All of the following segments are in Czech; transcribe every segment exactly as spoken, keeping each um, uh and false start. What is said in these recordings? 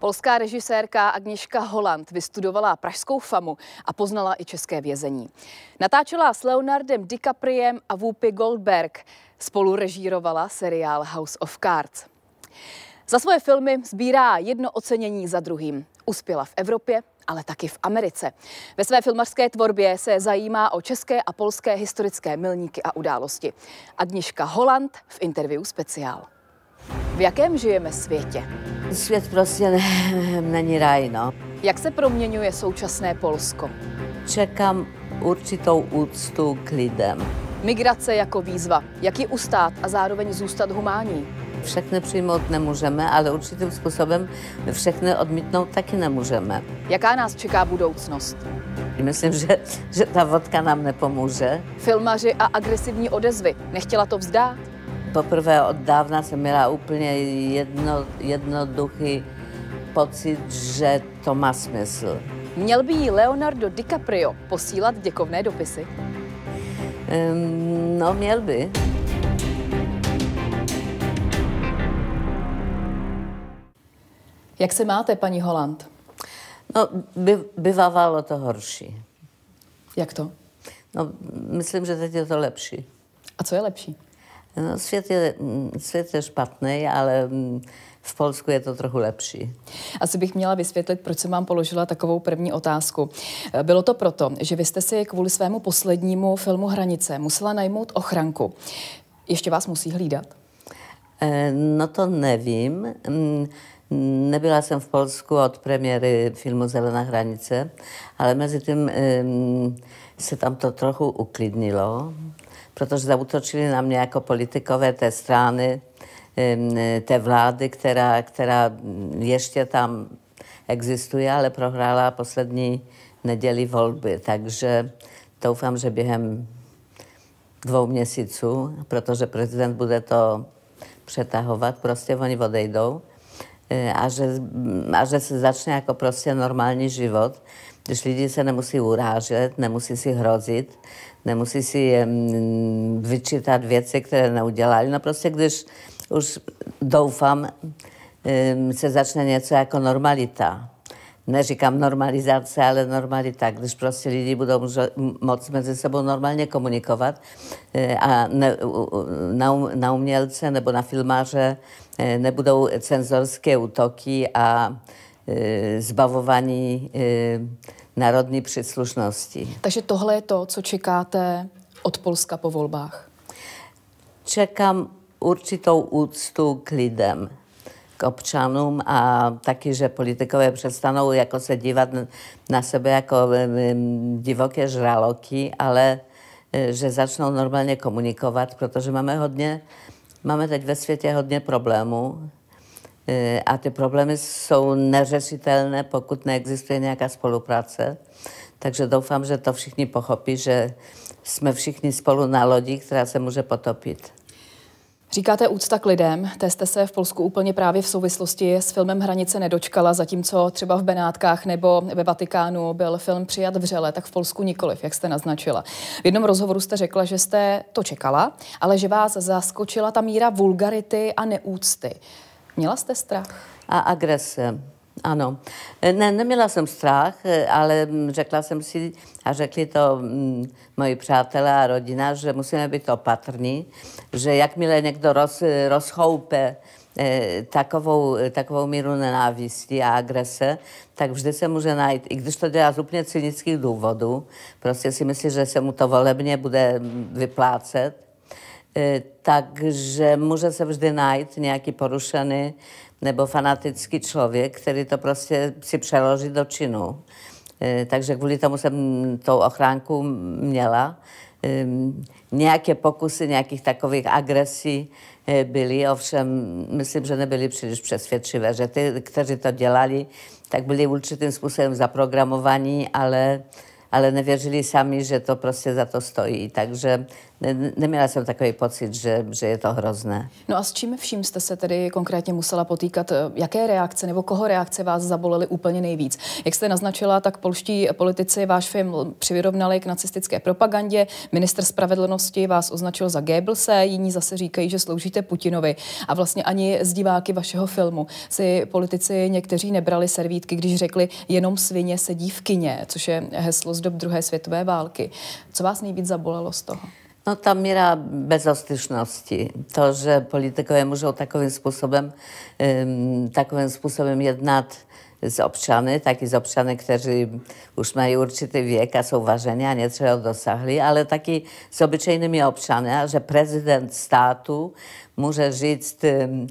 Polská režisérka Agnieszka Holland vystudovala pražskou famu a poznala i české vězení. Natáčela s Leonardem DiCapriem a Whoopi Goldberg. Spolu režírovala seriál House of Cards. Za svoje filmy sbírá jedno ocenění za druhým. Uspěla v Evropě, ale taky v Americe. Ve své filmařské tvorbě se zajímá o české a polské historické milníky a události. Agnieszka Holland v interview Speciál. V jakém žijeme světě? Svět prostě ne, není raj, no. Jak se proměňuje současné Polsko? Čekám určitou úctu k lidem. Migrace jako výzva. Jak ji ustát a zároveň zůstat humánní? Všechny přijmout nemůžeme, ale určitým způsobem všechny odmítnout taky nemůžeme. Jaká nás čeká budoucnost? Myslím, že, že ta vodka nám nepomůže. Filmaři a agresivní odezvy. Nechtěla to vzdát? Poprvé od dávna jsem měla úplně jedno, jednoduchý pocit, že to má smysl. Měl by jí Leonardo DiCaprio posílat děkovné dopisy? Um, no, měl by. Jak se máte, paní Holland? No, by, bývávalo to horší. Jak to? No, myslím, že teď je to lepší. A co je lepší? No, svět je, svět je špatný, ale v Polsku je to trochu lepší. Asi bych měla vysvětlit, proč jsem vám položila takovou první otázku. Bylo to proto, že vy jste si kvůli svému poslednímu filmu Hranice musela najmout ochranku. Ještě vás musí hlídat? No to nevím. Nebyla jsem v Polsku od premiéry filmu Zelená hranice, ale mezi tím se tam to trochu uklidnilo, protože zaútočili na mě jako politikové té strany, té vlády, která, která ještě tam existuje, ale prohrála poslední neděli volby. Takže doufám, že během dvou měsíců, protože prezident bude to přetahovat, prostě oni odejdou, a že, a že se začne jako prostě normální život, když lidi se nemusí urážet, nemusí si hrozit, nemusí si um, vyčítat věci, které neudělali. No prostě když už doufám, um, se začne něco jako normalita. Neříkám normalizace, ale normalita, když prostě lidi budou moct mezi sebou normálně komunikovat a ne, na, na umělce nebo na filmaře nebudou cenzorské útoky a e, zbavování e, národní příslušnosti. Takže tohle je to, co čekáte od Polska po volbách? Čekám určitou úctu k lidem, k občanům a taky, že politikové přestanou jako se dívat na sebe jako divoké žraloky, ale že začnou normálně komunikovat, protože máme hodně, máme teď ve světě hodně problémů a ty problémy jsou neřešitelné, pokud neexistuje nějaká spolupráce. Takže doufám, že to všichni pochopí, že jsme všichni spolu na lodi, která se může potopit. Říkáte úcta k lidem, té jste se v Polsku úplně právě v souvislosti s filmem Hranice nedočkala, zatímco třeba v Benátkách nebo ve Vatikánu byl film přijat vřele, tak v Polsku nikoliv, jak jste naznačila. V jednom rozhovoru jste řekla, že jste to čekala, ale že vás zaskočila ta míra vulgarity a neúcty. Měla jste strach? A agrese. Ano. Ne, neměla jsem strach, ale řekla jsem si, a řekli to mm, moji přátelé a rodina, že musíme být opatrní, že jakmile někdo roz, rozchoupe eh, takovou, takovou míru nenávisti a agrese, tak vždy se může najít, i když to dělá z úplně cynických důvodů, prostě si myslí, že se mu to volebně bude vyplácet, eh, takže může se vždy najít nějaký porušený nebo fanatický člověk, který to prostě si přeloží do činu. E, takže kvůli tomu jsem tou ochránku měla. E, nějaké pokusy nějakých takových agresí e, byly, ovšem myslím, že nebyly příliš přesvědčivé, že ty, kteří to dělali, tak byli určitým způsobem zaprogramovaní, ale, ale nevěřili sami, že to prostě za to stojí. Takže ne, neměla jsem takový pocit, že, že je to hrozné. No a s čím vším jste se tedy konkrétně musela potýkat? Jaké reakce nebo koho reakce vás zabolely úplně nejvíc? Jak jste naznačila, tak polští politici váš film přirovnali k nacistické propagandě. Ministr spravedlnosti vás označil za Goebbelse, jiní zase říkají, že sloužíte Putinovi. A vlastně ani z diváky vašeho filmu si politici někteří nebrali servítky, když řekli jenom svině sedí v kině, což je heslo z dob druhé světové války. Co vás nejvíc zabolelo z toho? No ta míra bezostyšnosti, to, že politikové můžou takovým způsobem, um, takovým způsobem jednat z občany, taky z občany, kteří už mají určitý věk a jsou vážení a něco dosahli, ale taky s obyčejnými občany, a že prezident státu může říct um,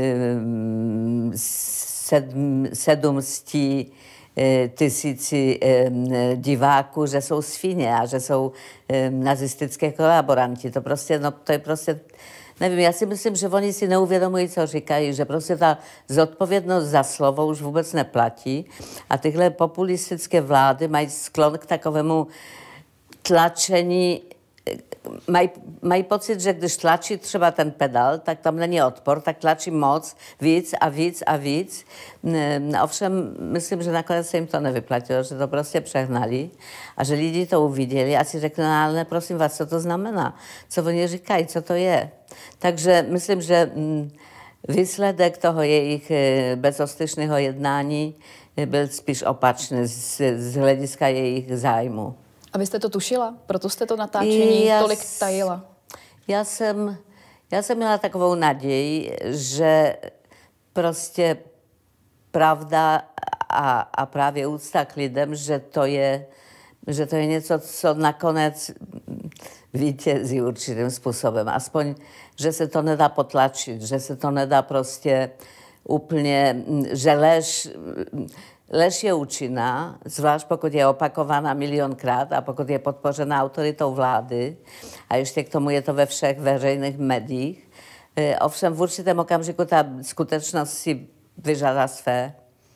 um, sedm, sedmstí tisíci diváků, že jsou svině a že jsou nazistické kolaboranti. To prostě, no to je prostě, nevím, já si myslím, že oni si neuvědomují, co říkají, že prostě ta zodpovědnost za slovo už vůbec neplatí a tyhle populistické vlády mají sklon k takovému tlačení. Mají, mají pocit, že když tlačí třeba ten pedál, tak tam není odpor, tak tlačí moc, víc a víc a víc. Ovšem, myslím, že nakonec se jim to nevyplatilo, že to prostě přehnali a že lidi to uviděli a si řekli, no ale prosím vás, co to znamená? Co oni říkají, co to je? Takže myslím, že výsledek toho jejich bezostyšného jednání byl spíš opačný z, z hlediska jejich zájmu. A vy jste to tušila? Proto jste to natáčení já, tolik tajila? Já jsem, já jsem měla takovou naději, že prostě pravda a, a právě úcta k lidem, že to je, že to je něco, co nakonec vítězí určitým způsobem. Aspoň, že se to nedá potlačit, že se to nedá prostě úplně, že lež... Lež je účinná, zvlášť pokud je opakovaná milionkrát a pokud je podpořena autoritou vlády a ještě k tomu je to ve všech veřejných médiích. Ovšem v určitém okamžiku ta skutečnost si vyžádá své.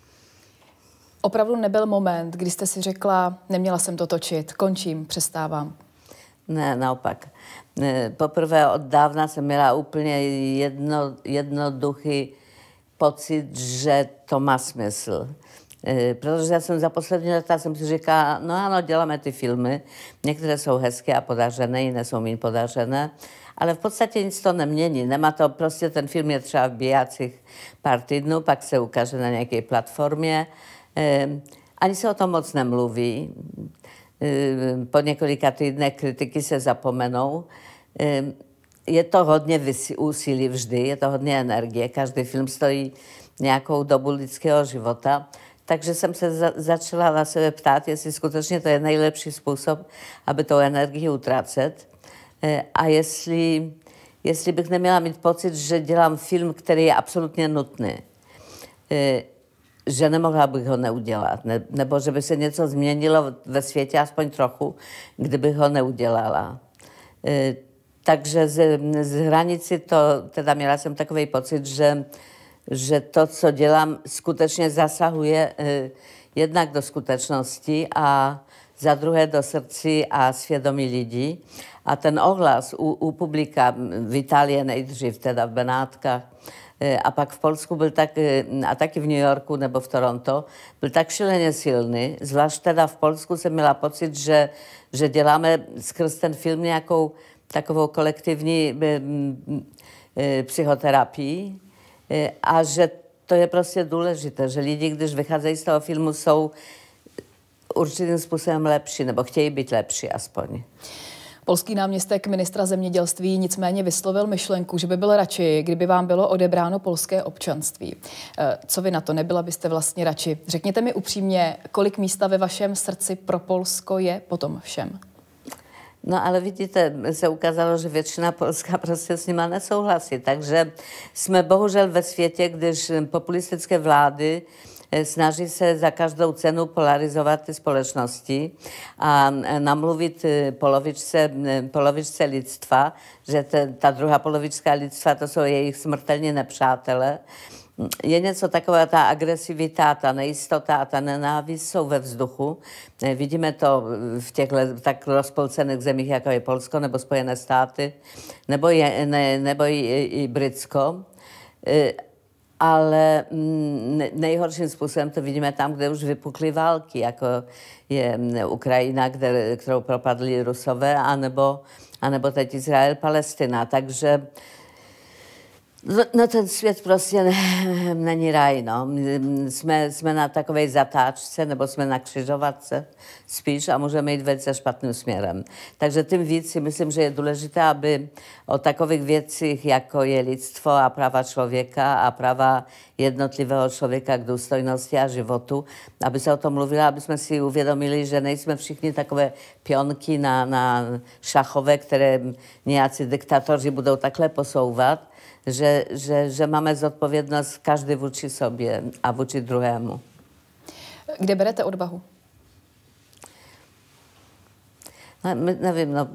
Opravdu nebyl moment, kdy jste si řekla, neměla jsem to točit, končím, přestávám? Ne, naopak. Poprvé od dávna jsem měla úplně jedno, jednoduchý pocit, že to má smysl. Protože já jsem za poslední leta jsem si říkala, no ano, děláme ty filmy, některé jsou hezké a podařené, jiné jsou méně podařené, ale v podstatě nic to nemění. Nemá to, prostě ten film je třeba v bíjacích pár týdnů, pak se ukáže na nějaké platformě. Ani se o tom moc nemluví. Po několika týdnech kritiky se zapomenou. Je to hodně úsilí vždy, je to hodně energie. Každý film stojí nějakou dobu lidského života. Takže jsem se za, začala na sebe ptát, jestli skutečně to je nejlepší způsob, aby tu energii utracet. A jestli, jestli bych neměla mít pocit, že dělám film, který je absolutně nutný. Že nemohla bych ho neudělat. Ne, nebo že by se něco změnilo ve světě, aspoň trochu, kdybych ho neudělala. Takže z, z hranici to, teda měla jsem takový pocit, že že to, co dělám, skutečně zasahuje eh, jednak do skutečnosti a za druhé do srdcí a svědomí lidí. A ten ohlas u, u publika v Itálii nejdřív, teda v Benátkách, eh, a pak v Polsku byl tak, eh, a taky v New Yorku nebo v Toronto, byl tak šíleně silný. Zvlášť teda v Polsku jsem měla pocit, že, že děláme skrz ten film nějakou takovou kolektivní eh, eh, psychoterapii. A že to je prostě důležité, že lidi, když vycházejí z toho filmu, jsou určitým způsobem lepší, nebo chtějí být lepší aspoň. Polský náměstek ministra zemědělství nicméně vyslovil myšlenku, že by byl radši, kdyby vám bylo odebráno polské občanství. Co vy na to? Nebyla byste vlastně radši? Řekněte mi upřímně, kolik místa ve vašem srdci pro Polsko je po tom všem? No ale vidíte, se ukázalo, že většina Polska prostě s nima nesouhlasí. Takže jsme bohužel ve světě, když populistické vlády snaží se za každou cenu polarizovat ty společnosti a namluvit polovičce, polovičce lidstva, že te, ta druhá polovička lidstva, to jsou jejich smrtelní nepřátelé. je něco takové, ta agresivita, ta nejistota a ta nenávist jsou ve vzduchu. Vidíme to v těch tak rozpolcených zemích, jako je Polsko nebo Spojené státy, nebo, je, ne, nebo i, i Britsko. Ale nejhorším způsobem to vidíme tam, kde už vypukly války, jako je Ukrajina, kde, kterou propadli Rusové, anebo, anebo teď Izrael, Palestina. Takže no, no ten svět prostě ne, není raj, no. Jsme, jsme na takové zatáčce, nebo jsme na křižovatce spíš a můžeme jít velice špatným směrem. Takže tím víc si myslím, že je důležité, aby o takových věcích, jako je lidstvo a práva člověka a práva jednotlivého člověka k důstojnosti a životu, aby se o tom mluvilo, aby jsme si uvědomili, že nejsme všichni takové pionky na, na šachové, které nějací diktatoři budou takhle posouvat, Že, že, že máme zodpovědnost každý vůči sobě a vůči druhému. Kde berete odvahu? No, nevím, no,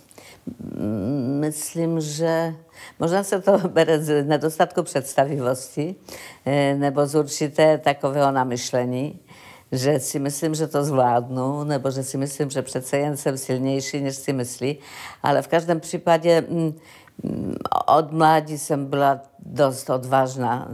myslím, že možná se to bere z nedostatku představivosti nebo z určité takového namyšlení, že si myslím, že to zvládnu, nebo že si myslím, že přece jen jsem silnější, než si myslí, ale v každém případě od mládí jsem byla dost odvážná,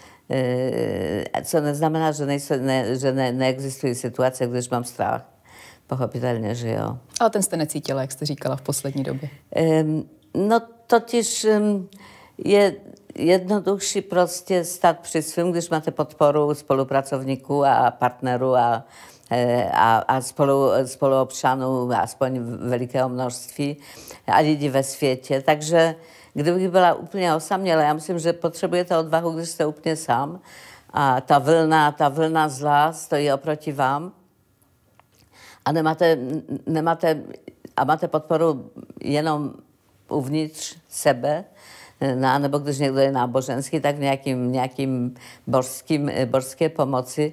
co neznamená, že, nejsou, ne, že ne, neexistují situace, když mám strach. Pochopitelně, že jo. Ale ten jste necítila, jak jste říkala v poslední době. No totiž je jednodušší prostě stát při svým, když máte podporu spolupracovníků a partnerů a a, a spolu, spoluobčanů, aspoň velikého množství a lidí ve světě. Takže kdybych byla úplně osamělá, já myslím, že potřebujete odvahu, když jste úplně sám a ta vlna, ta vlna zla stojí oproti vám a nemáte, nemáte, a máte podporu jenom uvnitř sebe, no, nebo když někdo je náboženský, tak v nějakým, nějakým božským, božské pomoci.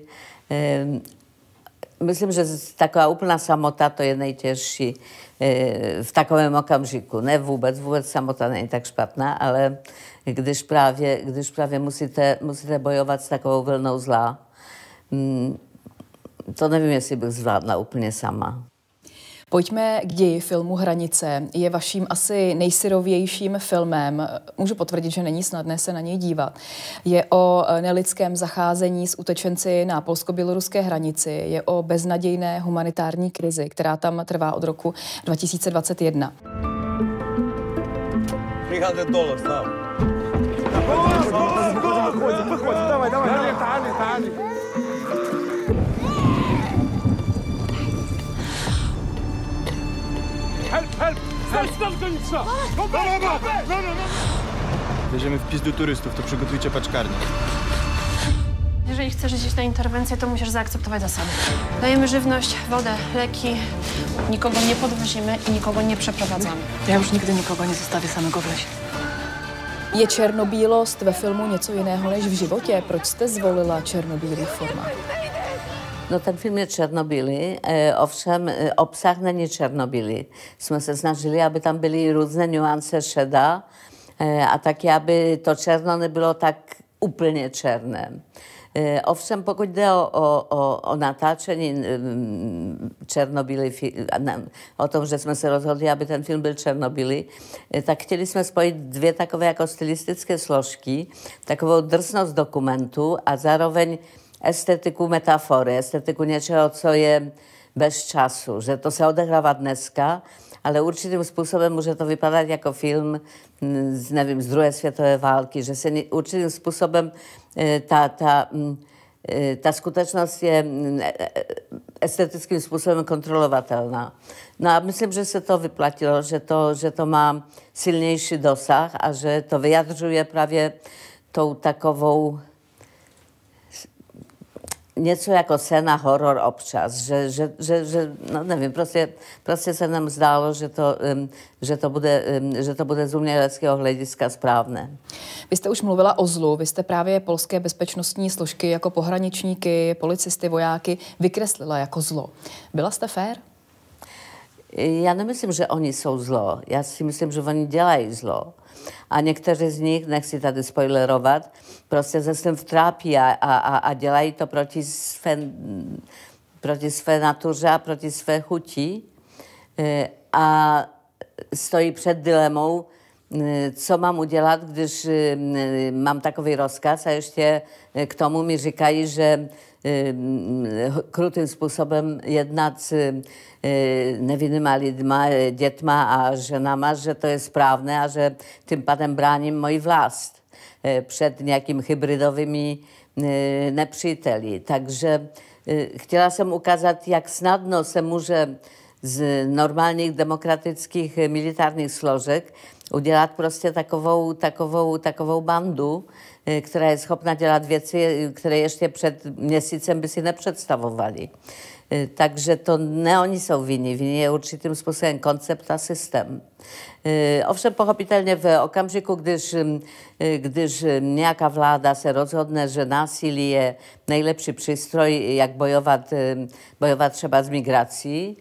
Myslím, že taková úplná samota, to je nejtěžší v takovém okamžiku. Ne vůbec, vůbec samota není tak špatná, ale když právě, když právě musíte, musíte bojovat s takovou vlnou zla, to nevím, jestli bych zvládla úplně sama. Pojďme k ději filmu Hranice. Je vaším asi nejsyrovějším filmem. Můžu potvrdit, že není snadné se na něj dívat. Je o nelidském zacházení s utečenci na polsko-běloruské hranici. Je o beznadějné humanitární krizi, která tam trvá od roku dva tisíce dvacet jedna. tři sta dolarů, stav. Давай, давай, давай. Help, help! Stań do nicza! Bierzemy wpis do turystów, to przygotujcie paczkarnię. Jeżeli chcesz iść na interwencję, to musisz zaakceptować zasady. Dajemy żywność, wodę, leki. Nikogo nie podwozimy i nikogo nie przeprowadzamy. Já už nikdy nikogo nezostaví samego v lese. Je černobílost ve filmu něco jiného než v životě? Proč jste zvolila černobílý formát? No ten film je černobílý, e, ovšem e, obsah není černobílý. Jsme se snažili, aby tam byly různé nuance šeda e, a taky, aby to černo nebylo tak úplně černé. E, ovšem pokud jde o, o, o, o natáčení černobílý, o tom, že jsme se rozhodli, aby ten film byl černobílý, e, tak chtěli jsme spojit dvě takové jako stylistické složky, takovou drsnost dokumentu a zároveň estetiku metafory, estetiku něčeho, co je bez času, že to se odehrává dneska, ale určitým způsobem může to vypadat jako film z, nevím, z druhé světové války, že se určitým způsobem ta, ta, ta skutečnost je estetickým způsobem kontrolovatelná. No a myslím, že se to vyplatilo, že to, že to má silnější dosah a že to vyjadřuje právě tou takovou něco jako scéna horor občas, že, že, že, že no nevím, prostě, prostě se nám zdálo, že to, že to bude, že to bude z uměleckého hlediska správné. Vy jste už mluvila o zlu, vy jste právě polské bezpečnostní složky jako pohraničníky, policisty, vojáky vykreslila jako zlo. Byla jste fér? Já nemyslím, že oni jsou zlo. Já si myslím, že oni dělají zlo. A někteří z nich, nechci tady spoilerovat, prostě se s tím vtrápí a, a, a dělají to proti své, proti své natuře a proti své chuti. A stojí před dilemou, co mám udělat, když mám takový rozkaz a ještě k tomu mi říkají, že krutým způsobem jednat s nevinnýma lidma, dětma a ženama, že to je správné a že tím pádem bráním moji vlast před nějakým hybridovými nepříteli. Takže chtěla jsem ukázat, jak snadno se může z normálních demokratických militárních složek udělat prostě takovou, takovou, takovou bandu, která je schopna dělat věci, které ještě před měsícem by si nepředstavovali. Takže to ne oni jsou vinni, vinni je určitým způsobem koncept a systém. Ovšem pochopitelně v okamžiku, když, když nějaká vláda se rozhodne, že násilí je nejlepší přístroj, jak bojovat, bojovat třeba s migrací,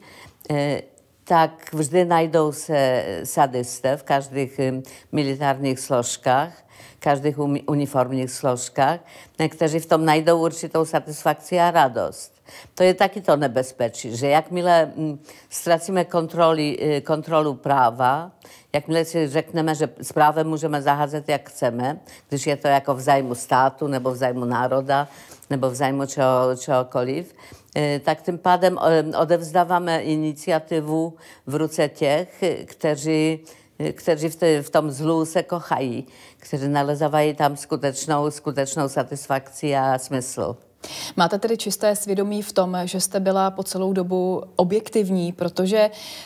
tak vždy najdou se sadisté v každých militárních složkách, každých uniformních složkách, kteří v tom najdou určitou satisfakci a radost. To je taky to nebezpečí, že jakmile ztracíme kontroli, kontrolu práva, jakmile si řekneme, že s právem můžeme zaházet, jak chceme, když je to jako v zájmu státu nebo v zájmu národa nebo v zájmu čeho, čehokoliv, tak tím pádem odevzdáváme iniciativu v ruce těch, kteří, kteří v, v tom zlu se kochají, kteří nalezávají tam skutečnou, skutečnou satisfakci a smysl. Máte tedy čisté svědomí v tom, že jste byla po celou dobu objektivní, protože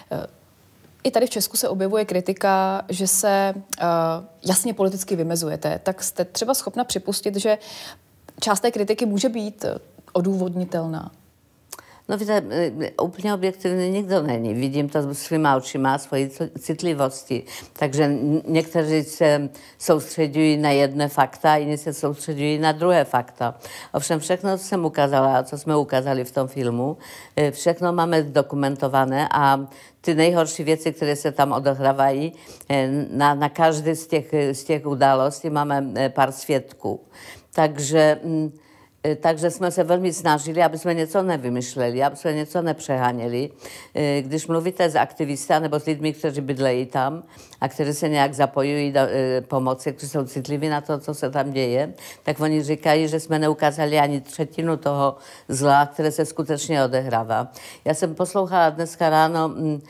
i tady v Česku se objevuje kritika, že se uh, jasně politicky vymezujete. Tak jste třeba schopna připustit, že část té kritiky může být odůvodnitelná? No víte, úplně objektivně nikdo není. Vidím to svýma očima, svoji citlivosti. Takže někteří se soustředují na jedné fakta, jiní se soustředují na druhé fakta. Ovšem všechno, co jsem ukázala, co jsme ukázali v tom filmu, všechno máme dokumentované a ty nejhorší věci, které se tam odehrávají, na, na každé z těch, z těch událostí máme pár svědků. Takže... Takže jsme se velmi snažili, aby jsme něco nevymyšleli, aby jsme něco nepřeháněli. Když mluvíte s aktivisty nebo s lidmi, kteří bydlejí tam a kteří se nějak zapojují do pomoci, kteří jsou citliví na to, co se tam děje, tak oni říkají, že jsme neukázali ani třetinu toho zla, které se skutečně odehrává. Já jsem poslouchala dneska ráno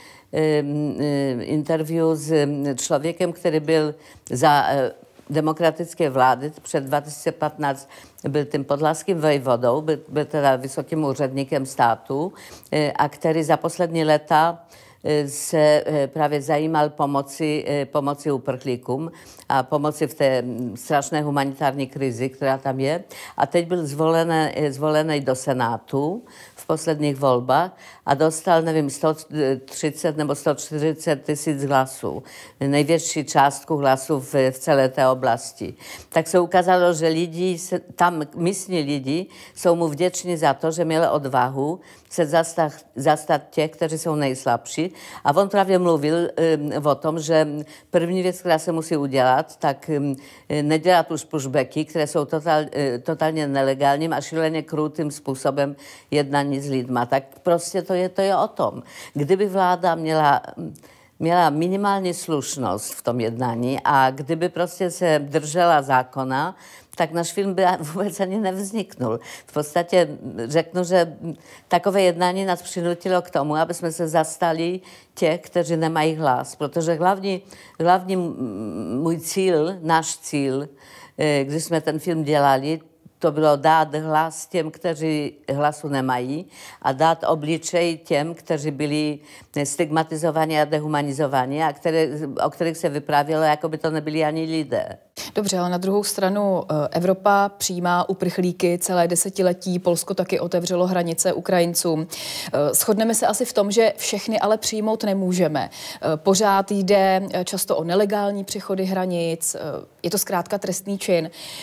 interview s člověkem, který byl za demokratické vlády před dva tisíce patnáct byl tím podlaským vojvodou, byl, byl teda vysokým úředníkem státu a který za poslední léta se právě zajímal pomoci, pomoci uprchlíkům a pomoci v té strašné humanitární krizi, která tam je. A teď byl zvolený, zvolený do Senátu v posledních volbách a dostal, nevím, sto třicet nebo sto čtyřicet tisíc hlasů. Největší částku hlasů v, v celé té oblasti. Tak se ukázalo, že lidi, tam místní lidi jsou mu vděční za to, že měli odvahu se zastat, zastat těch, kteří jsou nejslabší. A on právě mluvil um, o tom, že první věc, která se musí udělat, tak um, nedělat už pushbacky, které jsou total, uh, totálně nelegálním a šíleně krutým způsobem jednání s lidma. Tak prostě to je, to je o tom. Kdyby vláda měla... měla minimální slušnost v tom jednání a kdyby prostě se držela zákona, tak náš film by vůbec ani nevzniknul. V podstatě řeknu, že takové jednání nás přinutilo k tomu, aby jsme se zastali těch, kteří nemají hlas. Protože hlavní, hlavní můj cíl, náš cíl, když jsme ten film dělali, to bylo dát hlas těm, kteří hlasu nemají a dát obličej těm, kteří byli stigmatizovaní a dehumanizovaní a které, o kterých se vyprávělo, jako by to nebyli ani lidé. Dobře, ale na druhou stranu Evropa přijímá uprchlíky celé desetiletí, Polsko taky otevřelo hranice Ukrajincům. Shodneme se asi v tom, že všechny ale přijmout nemůžeme. Pořád jde často o nelegální přechody hranic, je to zkrátka trestný čin.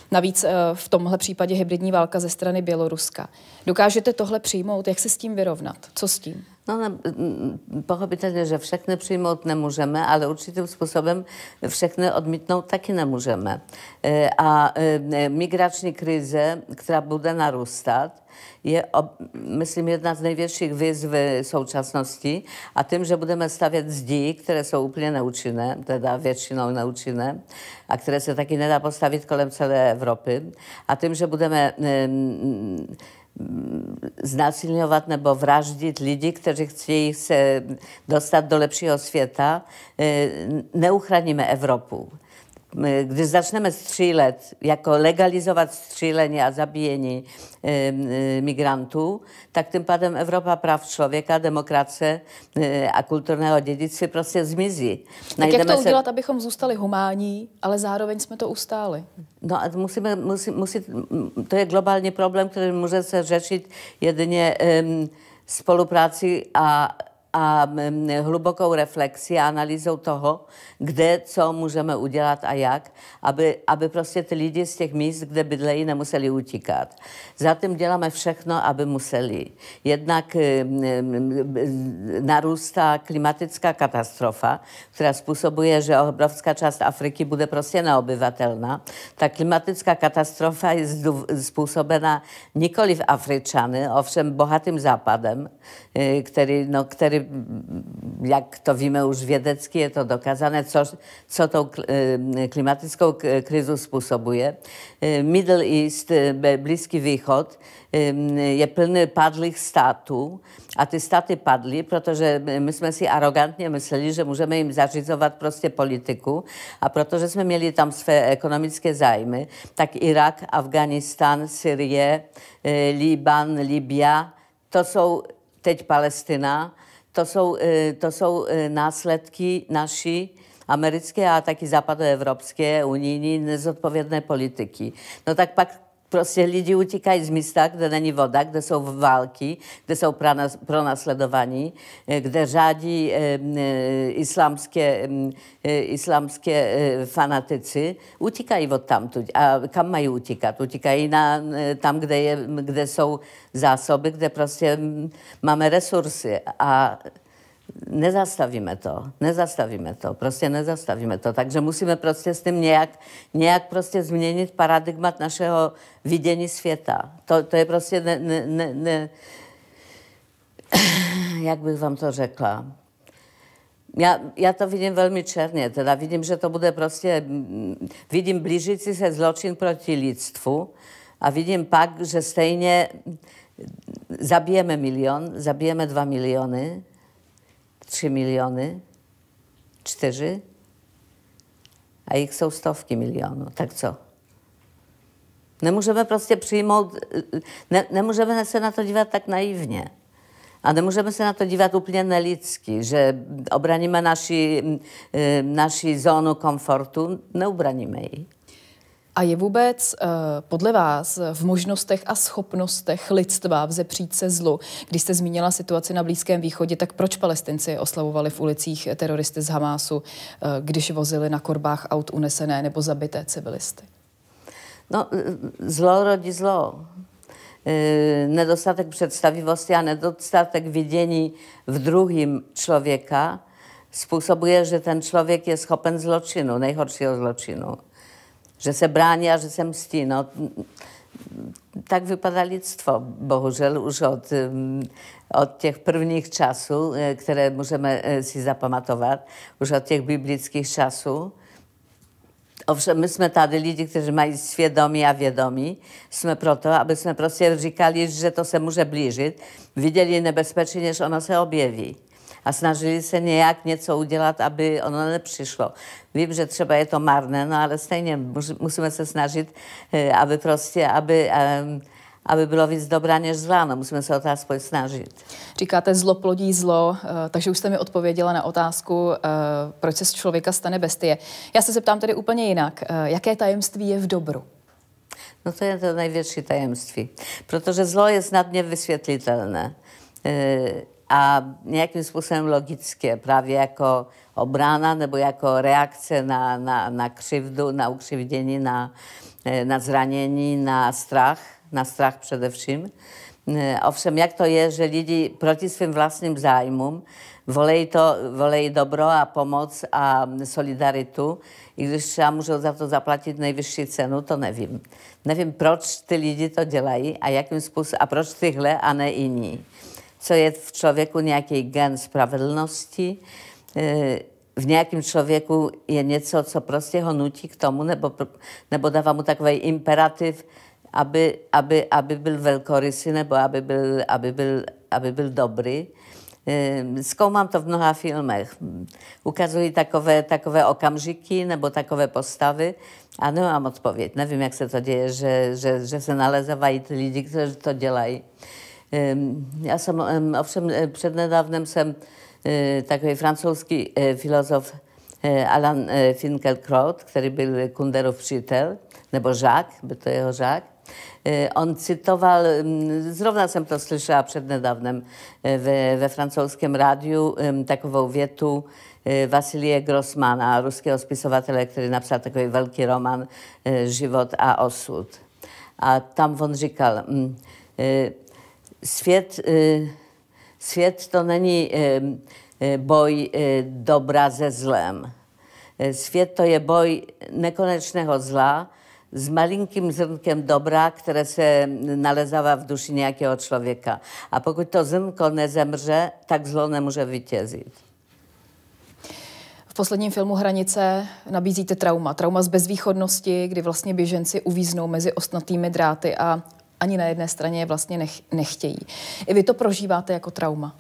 Navíc v tomhle případě hybridní válka ze strany Běloruska. Dokážete tohle přijmout? Jak se s tím vyrovnat? Co s tím? No, pochopitelně, že všechny přijmout nemůžeme, ale určitým způsobem všechny odmítnout taky nemůžeme. A migrační krize, která bude narůstat, je, myslím, jedna z největších výzv současnosti a tím, že budeme stavět zdi, které jsou úplně neúčinné, teda většinou neúčinné, a které se taky nedá postavit kolem celé Evropy, a tím, že budeme znásilňovat nebo vraždit lidi, kteří chtějí se dostat do lepšího světa, neuchráníme Evropu. Když začneme střílet, jako legalizovat střílení a zabíjení e, e, migrantů, tak tím pádem Evropa práv člověka, demokracie e, a kulturného dědictví prostě zmizí. Tak Najdeme jak to udělat, se... abychom zůstali humánní, ale zároveň jsme to ustáli? No a musíme, musí, musí, to je globální problém, který může se řešit jedině e, spolupráci a a hlubokou reflexí a analýzou toho, kde, co můžeme udělat a jak, aby, aby prostě ty lidi z těch míst, kde bydlejí, nemuseli utíkat. Zatím děláme všechno, aby museli. Jednak narůstá klimatická katastrofa, která způsobuje, že obrovská část Afriky bude prostě neobyvatelná. Ta klimatická katastrofa je způsobena nikoliv Afričany, ovšem bohatým západem, který, no, který jak to víme už vědecky, je to dokázané, co, co tou klimatickou krizu způsobuje. Middle East, Blízký východ, je plný padlých států a ty státy padly, protože my jsme si arrogantně mysleli, že můžeme jim zařizovat prostě politiku a protože jsme měli tam své ekonomické zájmy, tak Irak, Afghánistán, Syrie, Liban, Libya, to jsou teď Palestina, to jsou, to jsou následky naší americké a taky západoevropské unijní nezodpovědné politiky. No tak pak prostě lidi utíkají z místa, kde není voda, kde jsou války, kde jsou pronásledovaní, kde řádí islámské, islámské fanatici, utíkají od tamtud. A kam mají utíkat? Utíkají na, tam, kde, je, kde jsou zásoby, kde prostě máme resursy. A nezastavíme to, nezastavíme to, prostě nezastavíme to. Takže musíme prostě s tím nějak, nějak prostě změnit paradigmat našeho vidění světa. To, to je prostě ne, ne, ne, ne, jak bych vám to řekla. Já, já to vidím velmi černě, teda vidím, že to bude prostě, vidím blížící se zločin proti lidstvu a vidím pak, že stejně zabijeme milion, zabijeme dva miliony, tři miliony, čtyři a jich jsou stovky milionů. Tak co? Nemůžeme prostě přijmout, ne, nemůžeme se na to dívat tak naivně. A nemůžeme se na to dívat úplně nelidsky, že obraníme naši, naši zónu komfortu, neubraníme ji. A je vůbec podle vás v možnostech a schopnostech lidstva vzepřít se zlu? Když jste zmínila situaci na Blízkém východě, tak proč Palestinci oslavovali v ulicích teroristy z Hamásu, když vozili na korbách aut unesené nebo zabité civilisty? No, zlo rodí zlo. Nedostatek představivosti a nedostatek vidění v druhém člověka způsobuje, že ten člověk je schopen zločinu, nejhoršího zločinu. Že se brání a že se mstí. No, tak vypadá lidstvo, bohužel, už od, od těch prvních časů, které můžeme si zapamatovat, už od těch biblických časů. Ovšem, my jsme tady lidi, kteří mají svědomí a vědomí. Jsme proto, aby jsme prostě říkali, že to se může blížit. Viděli nebezpečí, než ono se objeví. A snažili se nějak něco udělat, aby ono nepřišlo. Vím, že třeba je to marné, no ale stejně musíme se snažit, aby prostě, aby, aby bylo víc dobrá než zlá. No, musíme se o to aspoň snažit. Říkáte, zlo plodí zlo, takže už jste mi odpověděla na otázku, proč se z člověka stane bestie. Já se zeptám tedy úplně jinak. Jaké tajemství je v dobru? No to je to největší tajemství. Protože zlo je snadně vysvětlitelné. a nějakým způsobem logické, právě jako obrana nebo jako reakce na, na, na křivdu, na ukřivdění, na, na zranění, na strach, na strach především. Ovšem, jak to je, že lidi proti svým vlastním zájmům volejí, to, volejí dobro a pomoc a solidaritu, i když třeba můžou za to zaplatit nejvyšší cenu, to nevím. Nevím, proč ty lidi to dělají a jakým způsobem, a proč tyhle a ne jiní. Co je v člověku nějaký gen spravedlnosti, v nějakém člověku je něco, co prostě ho nutí k tomu, nebo, nebo dává mu takový imperativ, aby, aby, aby byl velkorysý, nebo aby byl, aby byl, aby byl dobrý. Zkoumám to v mnoha filmech. Ukazují takové, takové okamžiky nebo takové postavy a nemám odpověď. Nevím, jak se to děje, že, že, že se nalezávají ty lidi, kteří to dělají. Já jsem, ovšem přednedávnem jsem takový francouzský filozof Alain Finkielkraut, který byl Kunderův přítel, nebo Jacques, byl to jeho Jacques. On citoval, zrovna jsem to slyšela přednedávnem ve, ve francouzském rádiu, takovou větu Vasilie Grossmana, ruského spisovatele, který napsal takový velký román Život a osud. A tam on říkal, svět, svět to není boj dobra se zlem. Svět to je boj nekonečného zla s malinkým zrnkem dobra, které se nalezává v duši nějakého člověka. A pokud to zrnko nezemře, tak zlo nemůže vítězit. V posledním filmu Hranice nabízíte trauma. Trauma z bezvýchodnosti, kdy vlastně běženci uvíznou mezi ostnatými dráty a ani na jedné straně je vlastně nech, nechtějí. I vy to prožíváte jako trauma?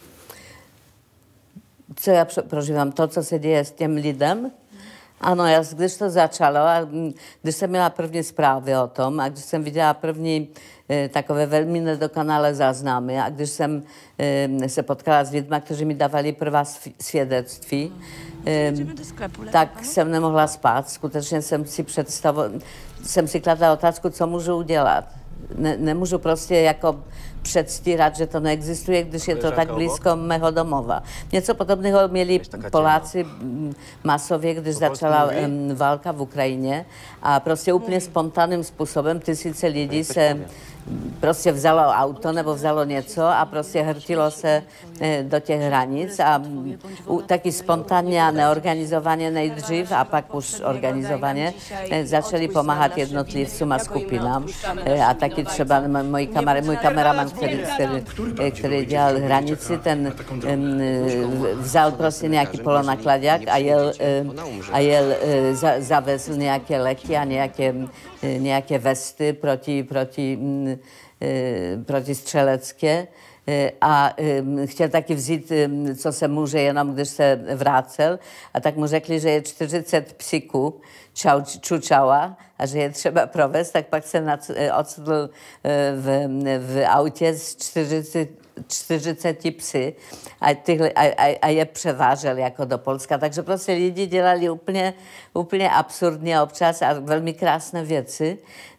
Co já prožívám? To, co se děje s těm lidem? Ano, já, když to začalo, a když jsem měla první zprávy o tom a když jsem viděla první e, takové velmi nedokonalé záznamy a když jsem e, se potkala s lidmi, kteří mi dávali prvá svědectví, e, tak jsem nemohla spát. Skutečně jsem si představovala, jsem si kladla otázku, co můžu udělat. Ne, nemůžu prostě jako předstírat, že to neexistuje, když je to tak blízko mého domova. Něco podobného měli Poláci masově, když začala um, válka v Ukrajině a prostě úplně spontánním způsobem tisíce lidí se prostě vzalo auto nebo vzalo něco a prostě hrtilo se eh, do těch hranic a u, taky spontánně a neorganizovaně nejdřív a pak už organizovaně eh, začali pomáhat jednotlivcům a skupinám. Eh, a taky třeba můj, kamera, můj kameraman, který, který, který dělal hranici, ten eh, vzal prostě nějaký polonakladák a jel, eh, a jel eh, za, zavezl nějaké léky a nějaké, eh, nějaké vesty proti, proti protistřelecké a chtěl taky vzít, co se může, jenom když se vrácel. A tak mu řekli, že je čtyřicet psíků, čau, čučała, a že je třeba provést, tak pak se ocitl v, v autě s čtyřiceti psy a, tyhle, a, a, a je převážel jako do Polska. Takže prostě lidi dělali úplně, úplně absurdně občas a velmi krásné věci.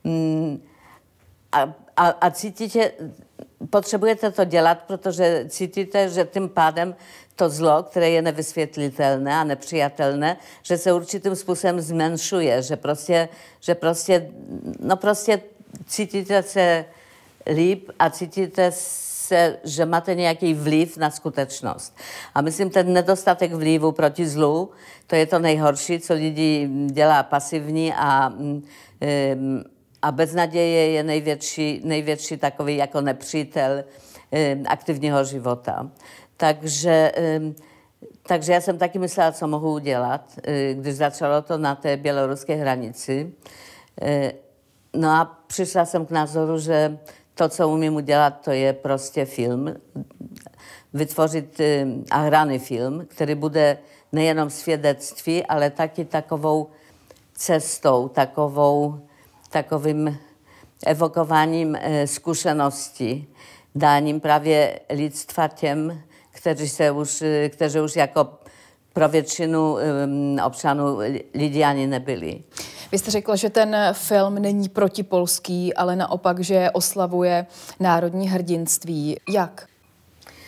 A, a, a cítíte, potřebujete to dělat, protože cítíte, že tím pádem to zlo, které je nevysvětlitelné a nepřijatelné, že se určitým způsobem zmenšuje, že prostě, že prostě, no prostě cítíte se líp a cítíte se, že máte nějaký vliv na skutečnost. A myslím, ten nedostatek vlivu proti zlu, to je to nejhorší, co lidi dělá pasivní a um, A beznaděje je největší, největší takový jako nepřítel um, aktivního života. Takže, um, takže já jsem taky myslela, co mohu udělat, uh, když začalo to na té běloruské hranici. Uh, no a přišla jsem k názoru, že to, co umím udělat, to je prostě film. Vytvořit um, a hraný film, který bude nejenom svědectví, ale taky takovou cestou, takovou takovým evokováním e, zkušeností, dáním právě lidstva těm, kteří, se už, kteří už jako pro většinu e, občanů lidi ani nebyli. Vy jste řekla, že ten film není protipolský, ale naopak, že oslavuje národní hrdinství. Jak?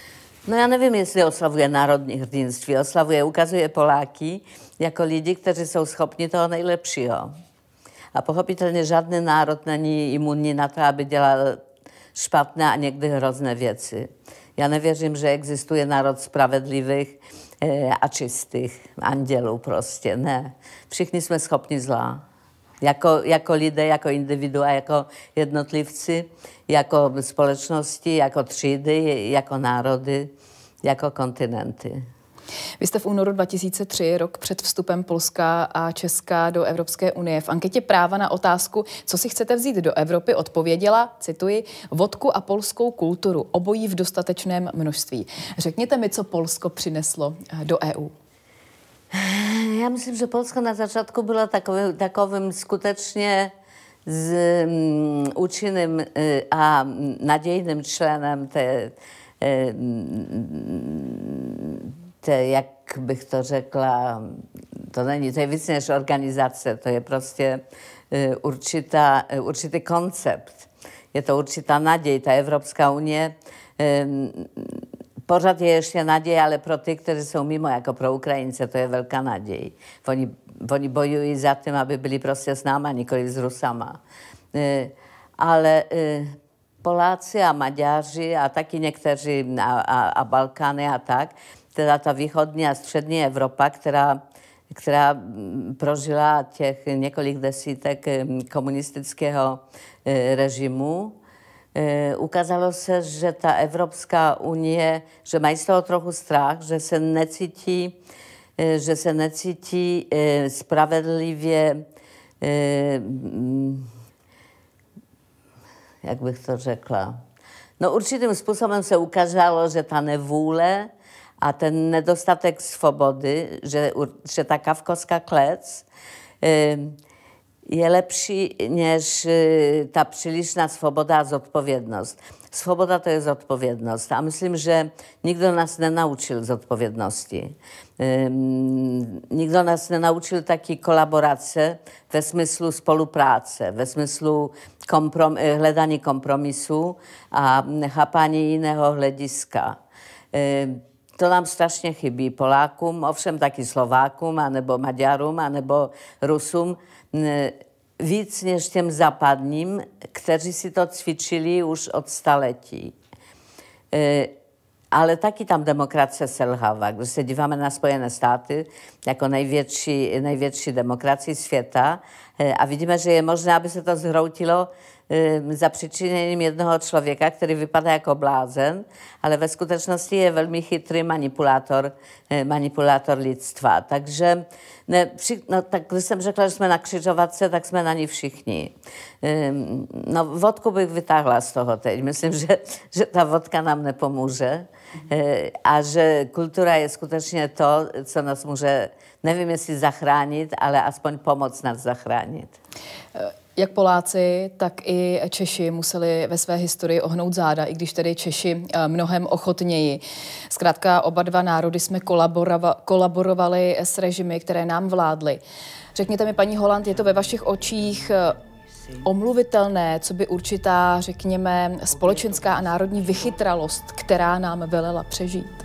No já nevím, jestli oslavuje národní hrdinství. Oslavuje, ukazuje Poláky jako lidi, kteří jsou schopni toho nejlepšího. A pochopitelně žádný národ není imunní na to, aby dělal špatné a někdy hrozné věci. Já nevěřím, že existuje národ spravedlivých eh, a čistých andělů prostě, ne. Všichni jsme schopni zla. Jako, jako lidé, jako individua, jako jednotlivci, jako společnosti, jako třídy, jako národy, jako kontinenty. Vy jste v únoru dva tisíce tři, rok před vstupem Polska a Česka do Evropské unie, v anketě Práva na otázku, co si chcete vzít do Evropy, odpověděla, cituji, vodku a polskou kulturu, obojí v dostatečném množství. Řekněte mi, co Polsko přineslo do E U. Já myslím, že Polsko na začátku bylo takovým, takovým skutečně z, um, účinným y, a nadějným členem té, y, té, jak bych to řekla, to není, to je víc než organizace, to je prostě y, určitá, y, určitý koncept. Je to určitá naděj, ta Evropská unie. Y, Pořád je ještě naděje, ale pro ty, kteří jsou mimo, jako pro Ukrajince, to je velká naděj. Oni, oni bojují za tím, aby byli prostě s náma, nikoli s Rusama. E, ale e, Poláci a Maďaři a taky někteří a, a, a Balkány a tak, teda ta východní a střední Evropa, která, která prožila těch několik desítek komunistického e, režimu, E, ukázalo se, že ta Evropská unie, že mají z toho trochu strach, že se necítí, e, že se necítí e, spravedlivě, e, jak bych to řekla. No určitým způsobem se ukázalo, že ta nevůle a ten nedostatek svobody, že, že ta kafkovská klec e, je lepší než ta přílišná svoboda a zodpovědnost. Svoboda to je zodpovědnost. A myslím, že nikdo nás nenaučil zodpovědnosti. Um, nikdo nás nenaučil taky kolaborace ve smyslu spolupráce, ve smyslu komprom hledání kompromisu a chápání jiného hlediska. Um, To nám strašně chybí Polákům, ovšem taky Slovákům, anebo Maďarům, anebo Rusům, víc než těm západním, kteří si to cvičili už od staletí. E, ale taky tam demokracie selhává. Když se díváme na Spojené státy jako největší, největší demokracii světa e, a vidíme, že je možné, aby se to zhroutilo za přičiněním jednoho člověka, který vypadá jako blázen, ale ve skutečnosti je velmi chytrý manipulátor, manipulátor lidstva. Takže ne, vši, no, tak když jsem řekla, že jsme na křižovatce, tak jsme na ní všichni. No, vodku bych vytáhla z toho teď. Myslím, že, že ta vodka nám nepomůže a že kultura je skutečně to, co nás může, nevím, jestli zachránit, ale aspoň pomoct nás zachránit. Jak Poláci, tak i Češi museli ve své historii ohnout záda, i když tedy Češi mnohem ochotněji. Zkrátka oba dva národy jsme kolaborovali s režimy, které nám vládly. Řekněte mi, paní Holland, je to ve vašich očích omluvitelné, co by určitá, řekněme, společenská a národní vychytralost, která nám velela přežít?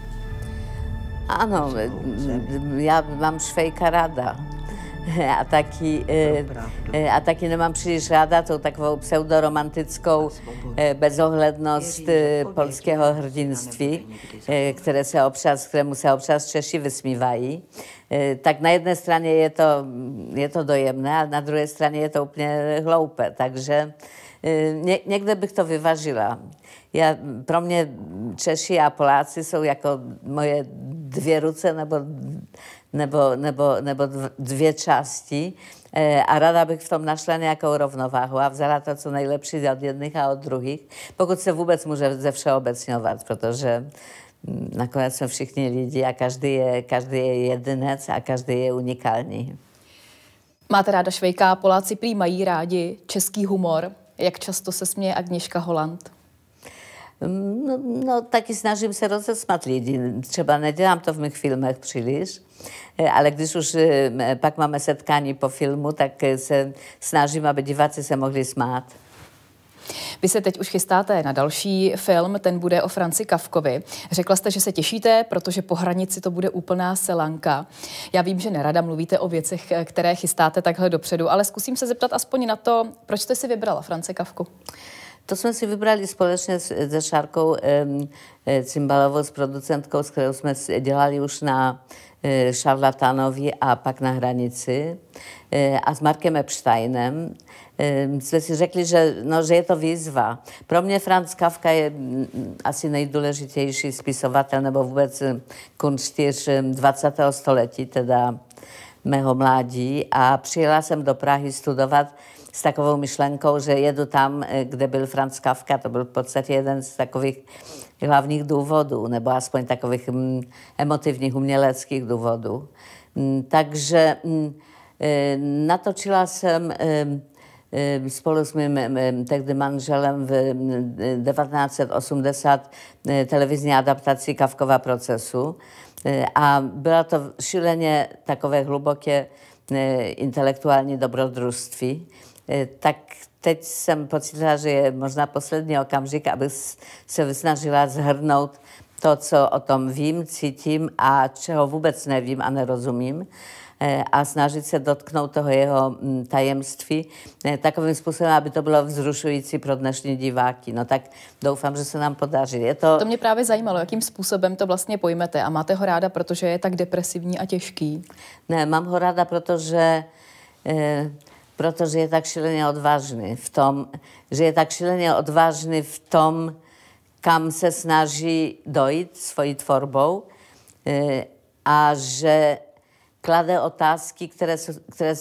Ano, já mám Švejka ráda. A taky, a taky nemám příliš ráda tou takovou pseudoromantickou bezohlednost polského hrdinství, které se občas, kterému se občas Češi vysmívají. Tak na jedné straně je to, je to dojemné a na druhé straně je to úplně hloupé. Takže ně, někde bych to vyvažila. Já, pro mě Češi a Poláci jsou jako moje dvě ruce nebo nebo, nebo, nebo dvě části a ráda bych v tom našla nějakou rovnováhu a vzala to, co nejlepší od jedných a od druhých, pokud se vůbec může ze všeobecňovat, protože nakonec jsme všichni lidi a každý je, každý je jedinec a každý je unikální. Máte ráda Švejka, Poláci prý mají rádi český humor. Jak často se směje Agnieszka Holland? No, no taky snažím se rozesmat lidi. Třeba nedělám to v mých filmech příliš, ale když už pak máme setkání po filmu, tak se snažím, aby diváci se mohli smát. Vy se teď už chystáte na další film, ten bude o Franzi Kafkovi. Řekla jste, že se těšíte, protože po hranici to bude úplná selanka. Já vím, že nerada mluvíte o věcech, které chystáte takhle dopředu, ale zkusím se zeptat aspoň na to, proč jste si vybrala Franze Kafku? To jsme si vybrali společně se Šárkou Cimbalovou, s producentkou, s kterou jsme dělali už na Šarlatánovi a pak na hranici, a s Markem Epsteinem. Jsme si řekli, že, no, že je to výzva. Pro mě Franz Kafka je asi nejdůležitější spisovatel nebo vůbec kunštíř dvacátého století, teda mého mládí, a přijela jsem do Prahy studovat s takovou myšlenkou, že jedu tam, kde byl Franz Kafka. To byl v podstatě jeden z takových hlavních důvodů, nebo aspoň takových mm, emotivních, uměleckých důvodů. Mm, takže mm, e, natočila jsem e, e, spolu s mým e, tehdy manželem v devatenáct set osmdesát e, televizní adaptaci Kafkova procesu. E, a byla to šíleně takové hluboké e, intelektuální dobrodružství. E, tak teď jsem pocítila, že je možná poslední okamžik, aby se vysnažila zhrnout to, co o tom vím, cítím a čeho vůbec nevím a nerozumím, a snažit se dotknout toho jeho tajemství takovým způsobem, aby to bylo vzrušující pro dnešní diváky. No tak doufám, že se nám podaří. Je to... to mě právě zajímalo, jakým způsobem to vlastně pojmete. A máte ho ráda, protože je tak depresivní a těžký? Ne, mám ho ráda, protože... Eh, protože je tak šíleně odvážný v tom, že je tak šíleně odvážný v tom, kam se snaží dojít svojí tvorbou, a že klade otázky, které, které,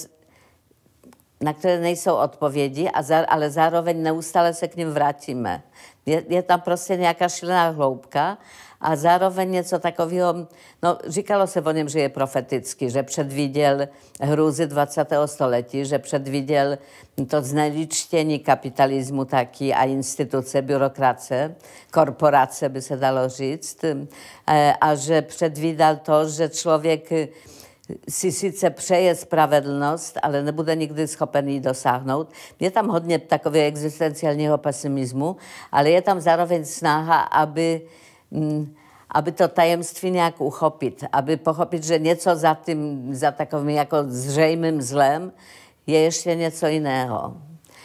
na které nejsou odpovědi, a za, ale zároveň neustále se k nim vrátíme. Je, je tam prostě nějaká šílená hloubka a zároveň něco takového, no říkalo se o něm, že je profetický, že předviděl hrůzy dvacátého století, že předviděl to zneličtění kapitalismu taky a instituce, byrokracie, korporace by se dalo říct, a že předvídal to, že člověk si sice přeje spravedlnost, ale nebude nikdy schopen ji dosáhnout. Je tam hodně takového existenciálního pesimismu, ale je tam zároveň snaha, aby, aby to tajemství nějak uchopit, aby pochopit, že něco za tím, za takovým jako zřejmým zlem je ještě něco jiného.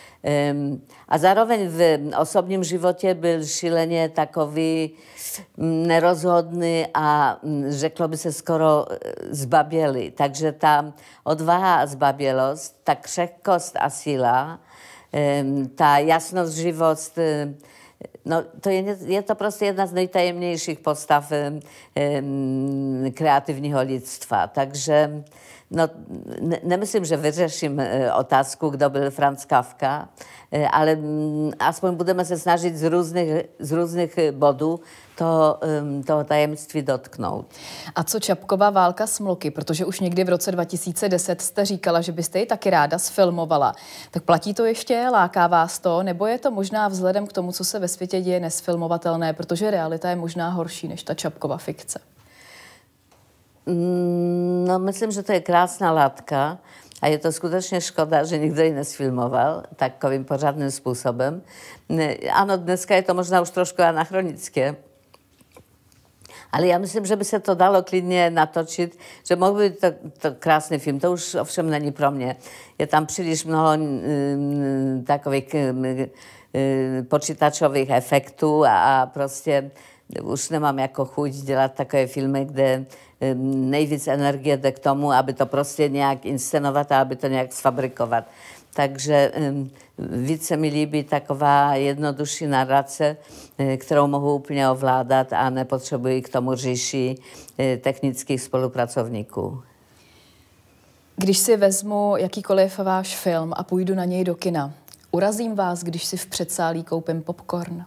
A zároveň v osobním životě byl šíleně takový nerozhodný a řeklo by se skoro zbabělý. Takže ta odvaha a zbabělost, ta křehkost a síla, ta jasnost, živost, no to je, je to prostě jedna z nejtajemnějších postav kreativního lidstva. Takže no, ne, nemyslím, že vyřeším otázku, kdo byl Franz Kafka, ale aspoň budeme se snažit z různých, z různých bodů toho, toho tajemství dotknout. A co Čapkova Válka smloky? Protože už někdy v roce dva tisíce deset jste říkala, že byste ji taky ráda sfilmovala. Tak platí to ještě? Láká vás to? Nebo je to možná vzhledem k tomu, co se ve světě děje, nesfilmovatelné, protože realita je možná horší než ta Čapkova fikce? No, myslím, že to je krásná látka a je to skutečně škoda, že nikdo ji nesfilmoval takovým pořádným způsobem. Ano, dneska je to možná už trošku anachronické, ale já myslím, že by se to dalo klidně natočit, že mohl být to, to krásný film. To už ovšem není pro mě. Je tam příliš mnoho mm, takových mm, počítačových efektů a, a prostě už nemám jako chuť dělat takové filmy, kde nejvíc energie jde k tomu, aby to prostě nějak inscenovat a aby to nějak sfabrikovat. Takže více mi líbí taková jednodušší narrace, kterou mohu úplně ovládat a nepotřebuji k tomu říši technických spolupracovníků. Když si vezmu jakýkoliv váš film a půjdu na něj do kina, urazím vás, když si v předsálí koupím popcorn?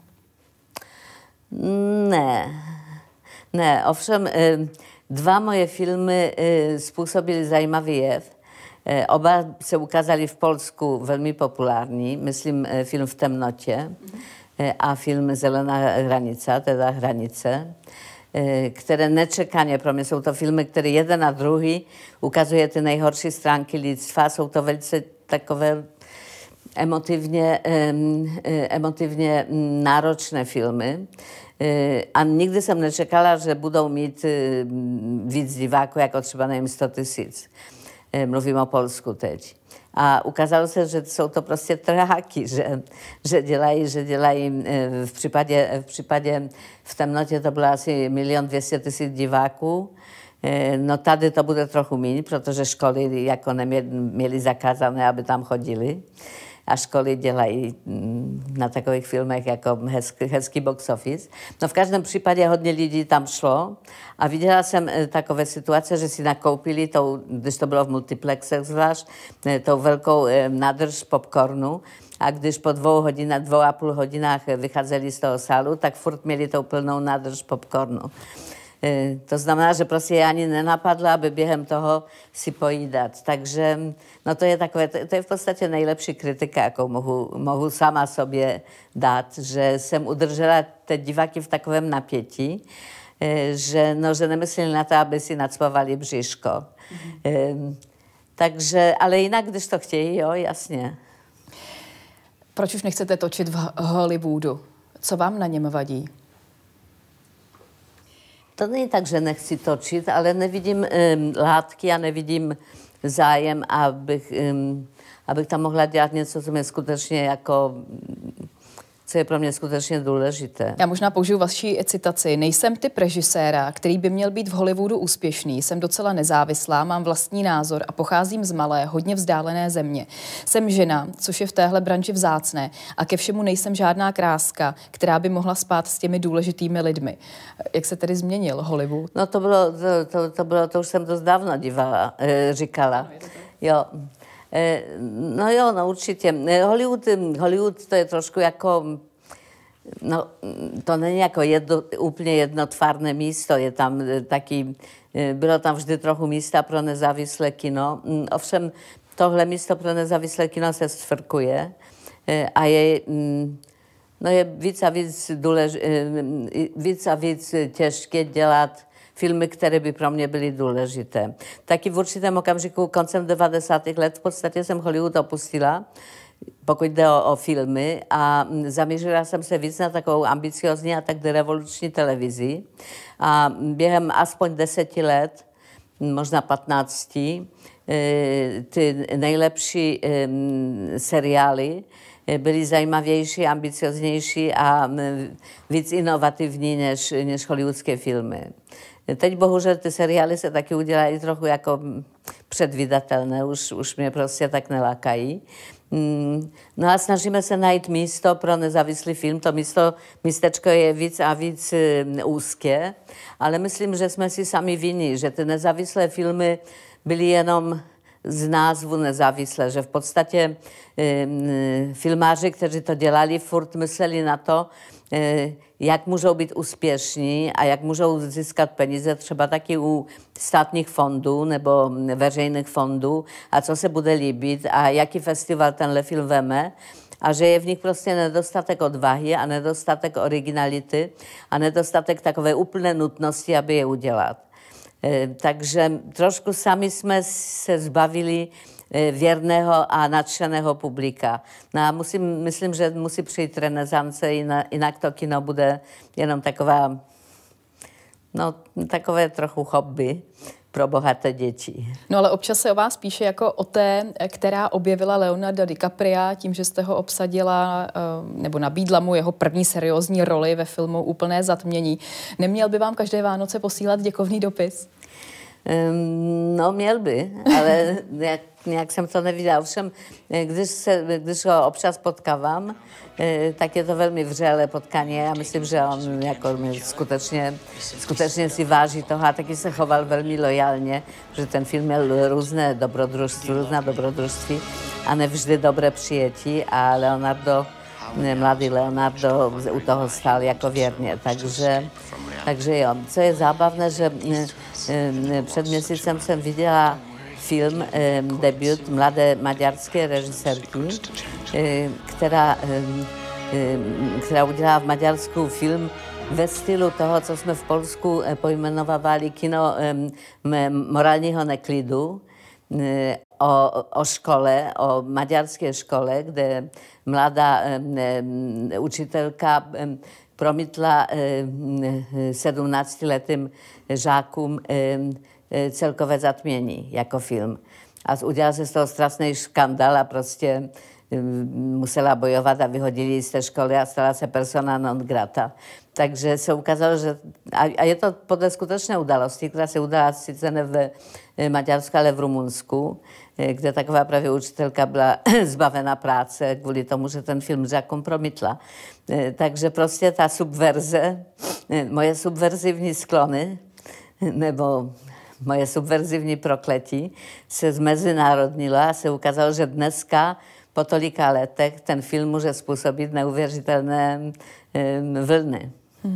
Ne, ne, ovšem dva moje filmy způsobily zajímavý jev. Oba se ukázali v Polsku velmi populární, myslím film V temnotě a film Zelená hranica, teda Hranice, které nečekaně pro mě jsou to filmy, které jeden a druhý ukazuje ty nejhorší stránky lidstva. Jsou to velice takové emotywnie, emotywnie náročné filmy. A nikdy jsem nečekala, že budou mít víc diváků, jako třeba nevím, sto tisíc. Mluvím o Polsku teď. A ukázalo se, že jsou to prostě trháky, že, že dělají, že dělají v případě, v případě v temnotě to bylo asi milion dvěstě tisíc diváků. No tady to bude trochu méně, protože školy jako neměly zakázané, aby tam chodili. A školy dělají na takových filmech jako hezký, hezký box office. No v každém případě hodně lidí tam šlo a viděla jsem takové situace, že si nakoupili, tou, když to bylo v multiplexech zvlášť, tou velkou nádrž popcornu a když po dvou hodinách, dvou a půl hodinách vycházeli z toho sálu, tak furt měli tou plnou nádrž popcornu. To znamená, že prostě je ani nenapadlo, aby během toho si pojídat. Takže no to je takové, to, to je v podstatě nejlepší kritika, jakou mohu, mohu sama sobě dát, že jsem udržela ty diváky v takovém napětí, že, no, že nemysleli na to, aby si nacpovali bříško. Mm-hmm. Takže, ale jinak, když to chtějí, jo, jasně. Proč už nechcete točit v Hollywoodu? Co vám na něm vadí? To není tak, že nechci točit, ale nevidím um, látky a nevidím zájem, abych, um, abych tam mohla dělat něco, co mě skutečně jako, co je pro mě skutečně důležité. Já možná použiju vaši citaci. Nejsem typ režiséra, který by měl být v Hollywoodu úspěšný. Jsem docela nezávislá, mám vlastní názor a pocházím z malé, hodně vzdálené země. Jsem žena, což je v téhle branži vzácné a ke všemu nejsem žádná kráska, která by mohla spát s těmi důležitými lidmi. Jak se tedy změnil Hollywood? No to bylo, to, to, to, bylo, to už jsem dost dávno dívala, e, říkala. Jo. No jo, no určitě. Hollywood, Hollywood to je trošku jako, no to není jako jedno, úplně jednotvárné místo, je tam taky, bylo tam vždy trochu místa pro nezávislé kino. Ovšem tohle místo pro nezávislé kino se sfrkuje a je, no je víc a víc, důlež, víc a víc těžké dělat filmy, které by pro mě byly důležité. Taky v určitém okamžiku koncem devadesátých let v podstatě jsem Hollywood opustila, pokud jde o, o filmy, a zamířila jsem se víc na takovou ambiciozní a tak revoluční televizi. A během aspoň deseti let, možná patnácti, ty nejlepší seriály byly zajímavější, ambicioznější a víc inovativní než, než hollywoodské filmy. Teď bohužel ty seriály se taky udělají trochu jako předvídatelné, už, už mě prostě tak nelákají. No a snažíme se najít místo pro nezávislý film. To místo, místečko je víc a víc úzké, ale myslím, že jsme si sami vinni, že ty nezávislé filmy byly jenom z názvu nezávislé, že v podstatě e, filmáři, kteří to dělali, furt mysleli na to, e, jak můžou být úspěšní a jak můžou získat peníze třeba taky u státních fondů nebo veřejných fondů a co se bude líbit a jaký festival tenhle film veme. A že je v nich prostě nedostatek odvahy a nedostatek originality a nedostatek takové úplné nutnosti, aby je udělat. Takže trošku sami jsme se zbavili věrného a nadšeného publika. No a musím, myslím, že musí přijít renesance, jinak to kino bude jenom taková, no, takové trochu hobby pro bohaté děti. No ale občas se o vás píše jako o té, která objevila Leonarda DiCapria tím, že jste ho obsadila nebo nabídla mu jeho první seriózní roli ve filmu Úplné zatmění. Neměl by vám každé Vánoce posílat děkovný dopis? Um, no, měl by, ale nějak, nějak jsem to neviděla. Ovšem, když, se, když ho občas potkávám, tak je to velmi vřelé potkání. Já myslím, že on jako skutečně, skutečně si váží toho a taky se choval velmi lojálně, že ten film měl různé dobrodružství, různá dobrodružství a nevždy dobré přijetí a Leonardo, mladý Leonardo u toho stál jako věrně. Takže, takže jo, co je zábavné, že před měsícem jsem viděla film, debut mladé maďarské režisérky, která, která udělala v Maďarsku film ve stylu toho, co jsme v Polsku pojmenovávali kino morálního neklidu. o, o škole, o maďarské škole, kde mladá učitelka promítla sedmnáctiletým žákům celkové zatmění jako film. A udělal se z toho strašný škandál a prostě musela bojovat a vyhodili z té školy a stala se persona non grata. Takže se ukázalo, že... A je to podle skutečné události, která se udala sice ne v Maďarsku, ale v Rumunsku, kde taková právě učitelka byla zbavena práce kvůli tomu, že ten film žákům promítla. Takže prostě ta subverze, moje subverzivní sklony, nebo moje subverzivní prokletí se zmezinárodnila a se ukázalo, že dneska po tolika letech ten film může způsobit neuvěřitelné vlny.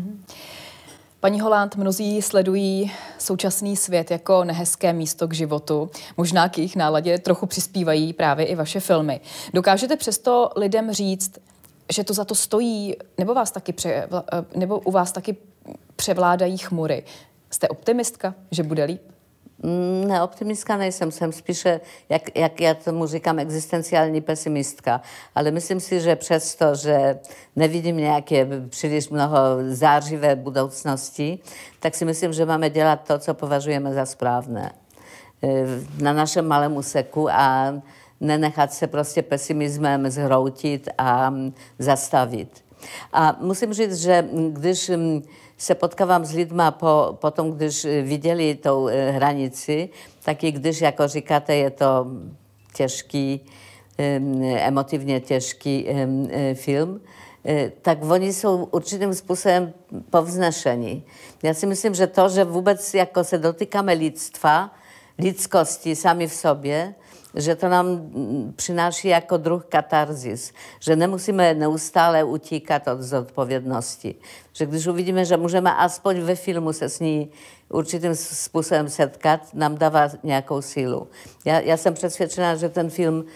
Paní Holland, mnozí sledují současný svět jako nehezké místo k životu. Možná k jejich náladě trochu přispívají právě i vaše filmy. Dokážete přesto lidem říct, že to za to stojí, nebo, vás taky pře, nebo u vás taky převládají chmury? Jste optimistka, že bude líp? Ne, optimistka nejsem, jsem spíše, jak, jak já tomu říkám, existenciální pesimistka. Ale myslím si, že přesto, že nevidím nějaké příliš mnoho zářivé budoucnosti, tak si myslím, že máme dělat to, co považujeme za správné. Na našem malém úseku a nenechat se prostě pesimismem zhroutit a zastavit. A musím říct, že když se potkávám s lidma po, potom, když viděli tou hranici, tak i když, jako říkáte, je to těžký, emotivně těžký film, tak oni jsou určitým způsobem povznešení. Já si myslím, že to, že vůbec jako se dotýkáme lidstva, lidskosti sami v sobě, že to nám přináší jako druh katarzis, že nemusíme neustále utíkat od zodpovědnosti. Že když uvidíme, že můžeme aspoň ve filmu se s ní určitým způsobem setkat, nám dává nějakou sílu. Já, já jsem přesvědčená, že ten film,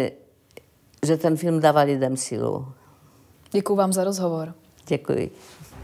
že ten film dává lidem sílu. Děkuji vám za rozhovor. Děkuji.